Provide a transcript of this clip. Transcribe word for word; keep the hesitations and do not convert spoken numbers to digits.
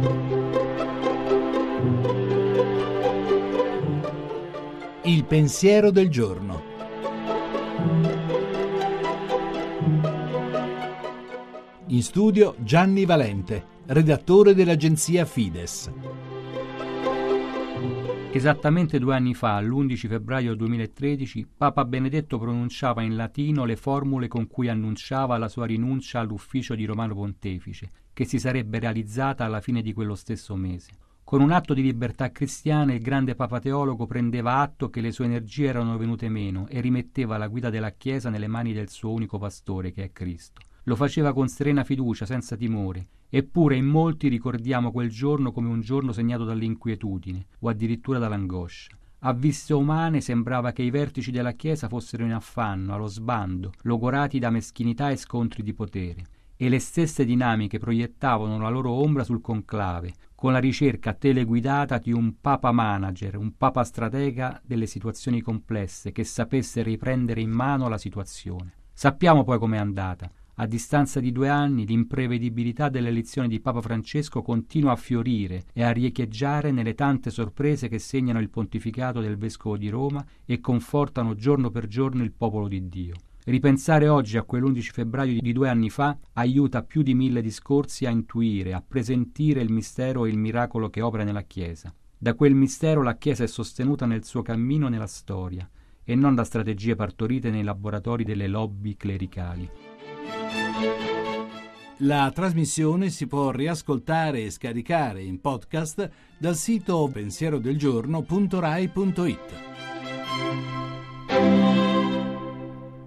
Il pensiero del giorno. In studio Gianni Valente, redattore dell'agenzia Fides. Esattamente due anni fa, l'undici febbraio duemilatredici, Papa Benedetto pronunciava in latino le formule con cui annunciava la sua rinuncia all'ufficio di Romano Pontefice, che si sarebbe realizzata alla fine di quello stesso mese. Con un atto di libertà cristiana il grande Papa teologo prendeva atto che le sue energie erano venute meno e rimetteva la guida della Chiesa nelle mani del suo unico pastore, che è Cristo. Lo faceva con serena fiducia, senza timore, eppure in molti ricordiamo quel giorno come un giorno segnato dall'inquietudine o addirittura dall'angoscia. A viste umane sembrava che i vertici della Chiesa fossero in affanno, allo sbando, logorati da meschinità e scontri di potere. E le stesse dinamiche proiettavano la loro ombra sul conclave, con la ricerca teleguidata di un papa manager, un papa stratega delle situazioni complesse, che sapesse riprendere in mano la situazione. Sappiamo poi com'è andata. A distanza di due anni, l'imprevedibilità dell'elezione di Papa Francesco continua a fiorire e a riecheggiare nelle tante sorprese che segnano il pontificato del Vescovo di Roma e confortano giorno per giorno il popolo di Dio. Ripensare oggi a quell'undici febbraio di due anni fa aiuta più di mille discorsi a intuire, a presentire il mistero e il miracolo che opera nella Chiesa. Da quel mistero la Chiesa è sostenuta nel suo cammino nella storia e non da strategie partorite nei laboratori delle lobby clericali. La trasmissione si può riascoltare e scaricare in podcast dal sito pensierodelgiorno punto rai punto it.